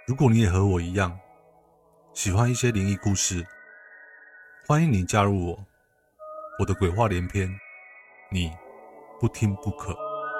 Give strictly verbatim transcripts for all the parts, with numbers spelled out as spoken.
如果你也和我一样喜欢一些灵异故事，欢迎你加入我，我的鬼话连篇，你不听不可。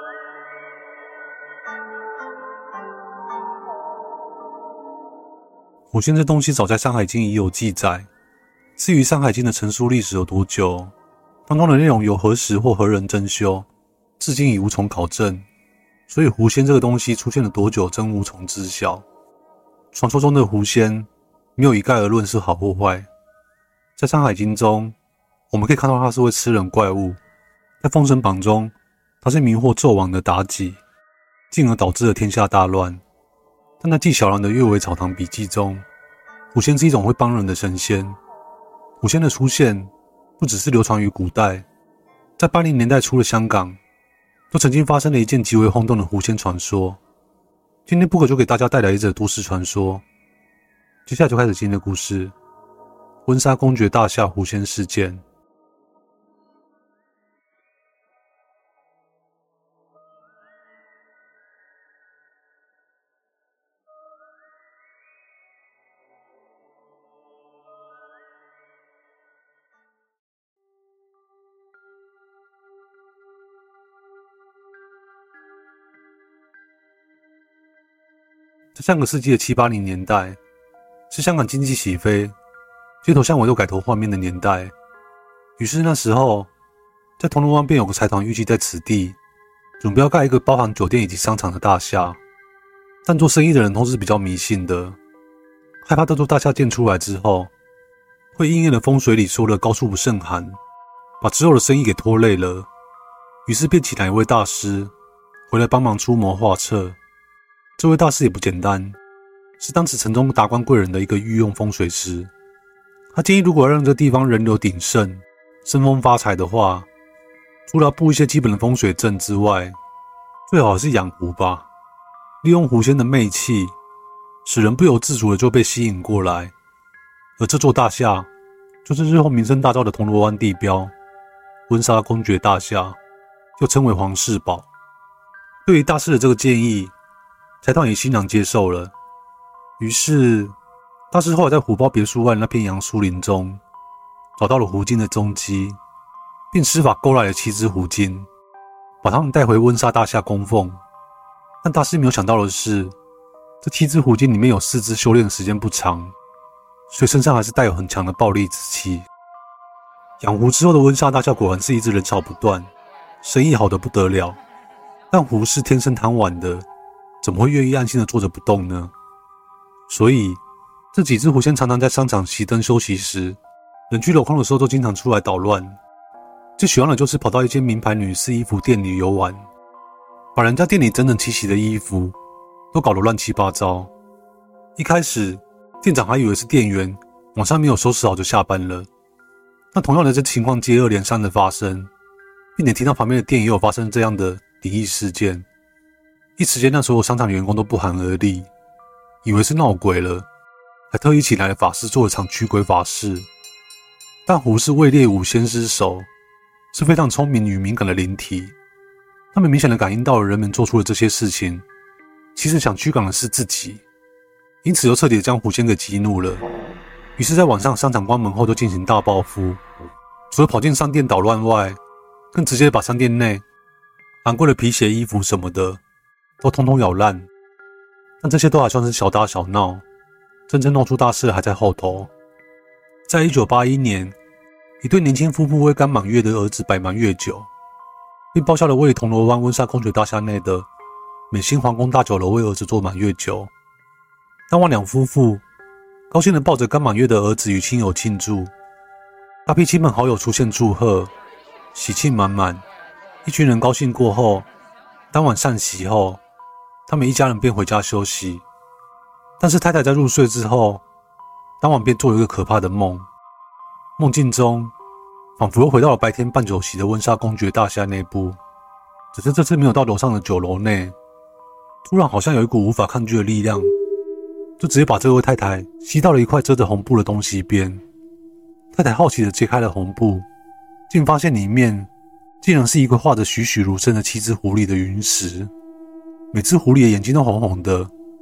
狐仙这东西早在《山海经》已有记载，至于《山海经》的成书历史有多久，当中的内容由何时或何人真修，至今已无从考证，所以狐仙这个东西出现了多久真无从知晓。传说中的狐仙没有一概而论是好或坏，在《山海经》中我们可以看到它是会吃人怪物，在《封神榜》中它是迷惑纣王的妲己，进而导致了天下大乱。但在纪晓岚的《阅微草堂笔记》中，狐仙是一种会帮人的神仙。狐仙的出现不只是流传于古代，在八零年代初的香港都曾经发生了一件极为轰动的狐仙传说。今天 Book 就给大家带来一则都市传说，接下来就开始今天的故事——温莎公爵大厦狐仙事件。在上个世纪的七八零年代，是香港经济起飞、街头巷尾都改头换面的年代。于是那时候，在铜锣湾便有个财团预计在此地准备要盖一个包含酒店以及商场的大厦。但做生意的人都是比较迷信的，害怕这座大厦建出来之后，会应验了风水里说的高处不胜寒，把之后的生意给拖累了。于是便请来一位大师回来帮忙出谋划策。这位大师也不简单，是当时城中达官贵人的一个御用风水师。他建议，如果要让这地方人流鼎盛、生风发财的话，除了要布一些基本的风水阵之外，最好是养狐吧，利用狐仙的媚气，使人不由自主的就被吸引过来。而这座大厦，就是日后名声大噪的铜锣湾地标——温莎公爵大厦，又称为皇室堡。对于大师的这个建议，财团也欣然接受了。于是大师后来在虎豹别墅外那片杨树林中找到了狐精的踪迹，并施法勾来了七只狐精，把他们带回温莎大厦供奉。但大师没有想到的是，这七只狐精里面有四只修炼的时间不长，所以身上还是带有很强的暴力之气。养狐之后的温莎大厦果然是一直人潮不断，生意好得不得了。但狐是天生贪玩的，怎么会愿意安心的坐着不动呢？所以这几只狐仙常常在商场熄灯休息时，人去楼空的时候都经常出来捣乱。最喜欢的就是跑到一间名牌女士衣服店里游玩，把人家店里整整齐齐的衣服都搞得乱七八糟。一开始店长还以为是店员晚上没有收拾好就下班了，但同样的这情况接二连三的发生，并且听到旁边的店也有发生这样的灵异事件。一时间让所有商场的员工都不寒而栗，以为是闹鬼了，还特意请来了法师做了场驱鬼法事。但狐是位列五仙之首，是非常聪明与敏感的灵体，他们明显的感应到了人们做出的这些事情其实想驱赶的是自己，因此又彻底的将狐仙给激怒了。于是在晚上商场关门后就进行大报复，除了跑进商店捣乱外，更直接把商店内昂贵的皮鞋、衣服什么的都通通咬烂。但这些都还算是小打小闹，真正闹出大事的还在后头。在一九八一年，一对年轻夫妇为刚满月的儿子摆满月酒，并包下了为铜锣湾温莎公爵大厦内的美心皇宫大酒楼为儿子做满月酒。当晚两夫妇高兴地抱着刚满月的儿子与亲友庆祝，大批亲朋好友出现祝贺，喜庆满满。一群人高兴过后，当晚散席后，他们一家人便回家休息。但是太太在入睡之后，当晚便做了一个可怕的梦。梦境中仿佛又回到了白天办酒席的温莎公爵大厦内部，只是这次没有到楼上的酒楼内。突然好像有一股无法抗拒的力量，就直接把这位太太吸到了一块遮着红布的东西边。太太好奇地揭开了红布，竟发现里面竟然是一个画着栩栩如生的七只狐狸的云石。每只狐狸的眼睛都红红的，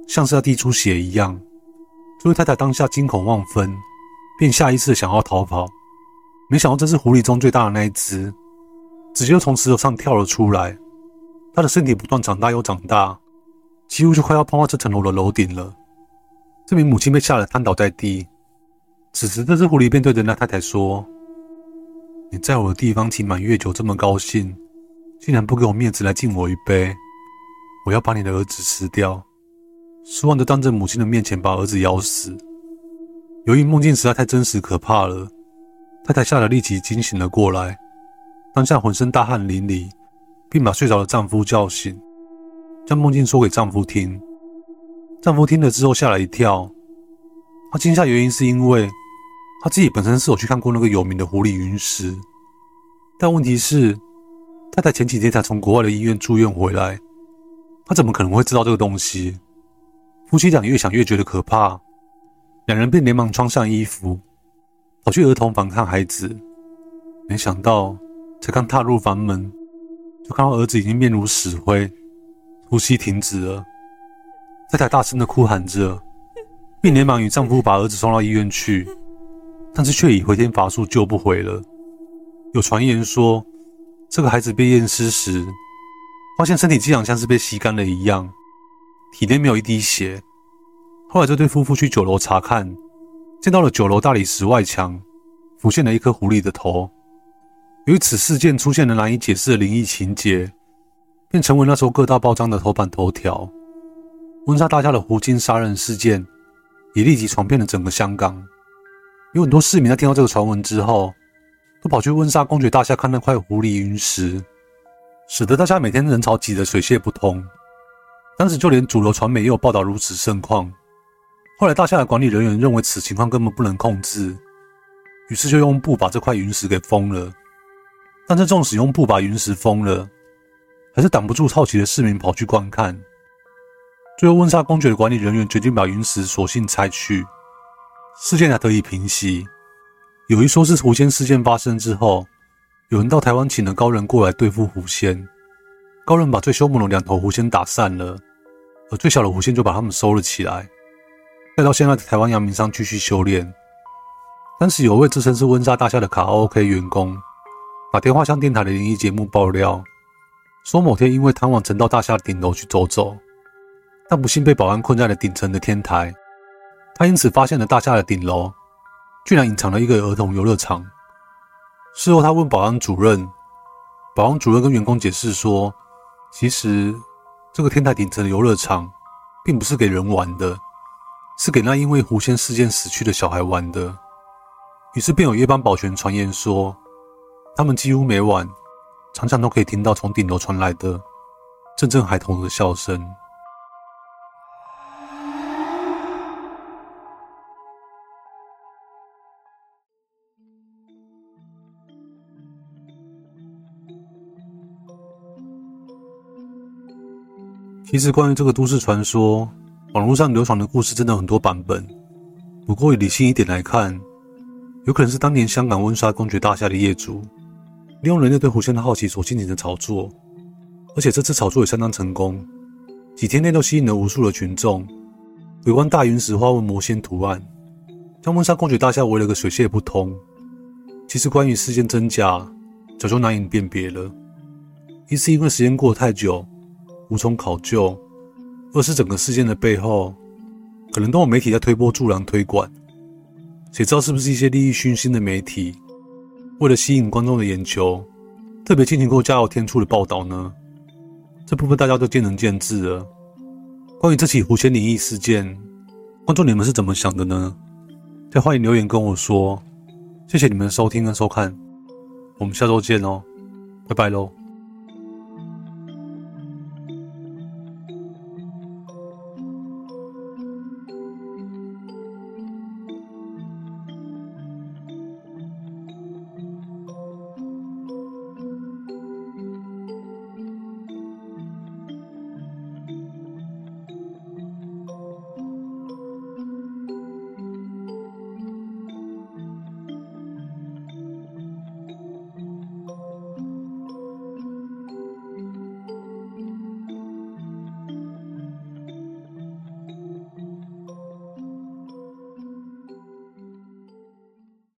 像是要滴出血一样。这位太太当下惊恐万分，便下意识的想要逃跑，没想到这是狐狸中最大的那一只，直接就从石头上跳了出来。它的身体不断长大又长大，几乎就快要碰到这层楼的楼顶了。这名母亲被吓得瘫倒在地。此时这只狐狸便对着那太太说：你在我的地方请满月酒这么高兴，竟然不给我面子来敬我一杯，我要把你的儿子吃掉。说完就当着母亲的面前把儿子咬死。由于梦境实在太真实可怕了，太太吓得立即惊醒了过来，当下浑身大汗淋漓，并把睡着的丈夫叫醒，将梦境说给丈夫听。丈夫听了之后吓了一跳，他惊吓原因是因为他自己本身是有去看过那个有名的狐狸云石，但问题是太太前几天才从国外的医院住院回来，他怎么可能会知道这个东西？夫妻俩越想越觉得可怕，两人便连忙穿上衣服跑去儿童房看孩子。没想到才刚踏入房门，就看到儿子已经面如死灰，呼吸停止了。太太大声的哭喊着，并连忙与丈夫把儿子送到医院去，但是却已回天乏术，救不回了。有传言说，这个孩子被验尸时，发现身体竟然像是被吸干了一样，体内没有一滴血。后来这对夫妇去酒楼查看，见到了酒楼大理石外墙浮现了一颗狐狸的头。由于此事件出现了难以解释的灵异情节，便成为那时候各大报章的头版头条。温莎大厦的狐精杀人事件也立即传遍了整个香港。有很多市民在听到这个传闻之后，都跑去温莎公爵大厦看那块狐狸云石，使得大家每天人潮挤得水泄不通。当时就连主流传媒也有报道如此盛况。后来大厦的管理人员认为此情况根本不能控制，于是就用布把这块云石给封了。但是纵使用布把云石封了，还是挡不住好奇的市民跑去观看。最后温莎公爵的管理人员决定把云石索性拆去，事件才得以平息。有一说是狐仙事件发生之后，有人到台湾请了高人过来对付狐仙，高人把最凶猛的两头狐仙打散了，而最小的狐仙就把他们收了起来，带到现在的台湾阳明山继续修炼。当时有位自称是温莎大厦的卡拉 OK 员工，打电话向电台的灵异节目爆料，说某天因为贪玩曾到大厦顶楼去走走，但不幸被保安困在了顶层的天台。他因此发现了大厦的顶楼居然隐藏了一个儿童游乐场。事后他问保安主任，保安主任跟员工解释说，其实这个天台顶层的游乐场并不是给人玩的，是给那因为狐仙事件死去的小孩玩的。于是便有夜班保全传言说，他们几乎每晚常常都可以听到从顶楼传来的阵阵孩童的笑声。其实关于这个都市传说，网络上流传的故事真的很多版本。不过以理性一点来看，有可能是当年香港温莎公爵大厦的业主利用人类对狐仙的好奇所进行的炒作，而且这次炒作也相当成功，几天内都吸引了无数的群众围观大云石花纹魔仙图案，将温莎公爵大厦围了个水泄不通。其实关于事件真假早就难以辨别了，一是因为时间过得太久无从考究，二是整个事件的背后可能都有媒体在推波助澜推广，谁知道是不是一些利益熏心的媒体为了吸引观众的眼球特别进行过加油添醋的报道呢？这部分大家都见仁见智了。关于这起狐仙灵异事件，观众你们是怎么想的呢？再欢迎留言跟我说。谢谢你们的收听跟收看，我们下周见哦，拜拜咯。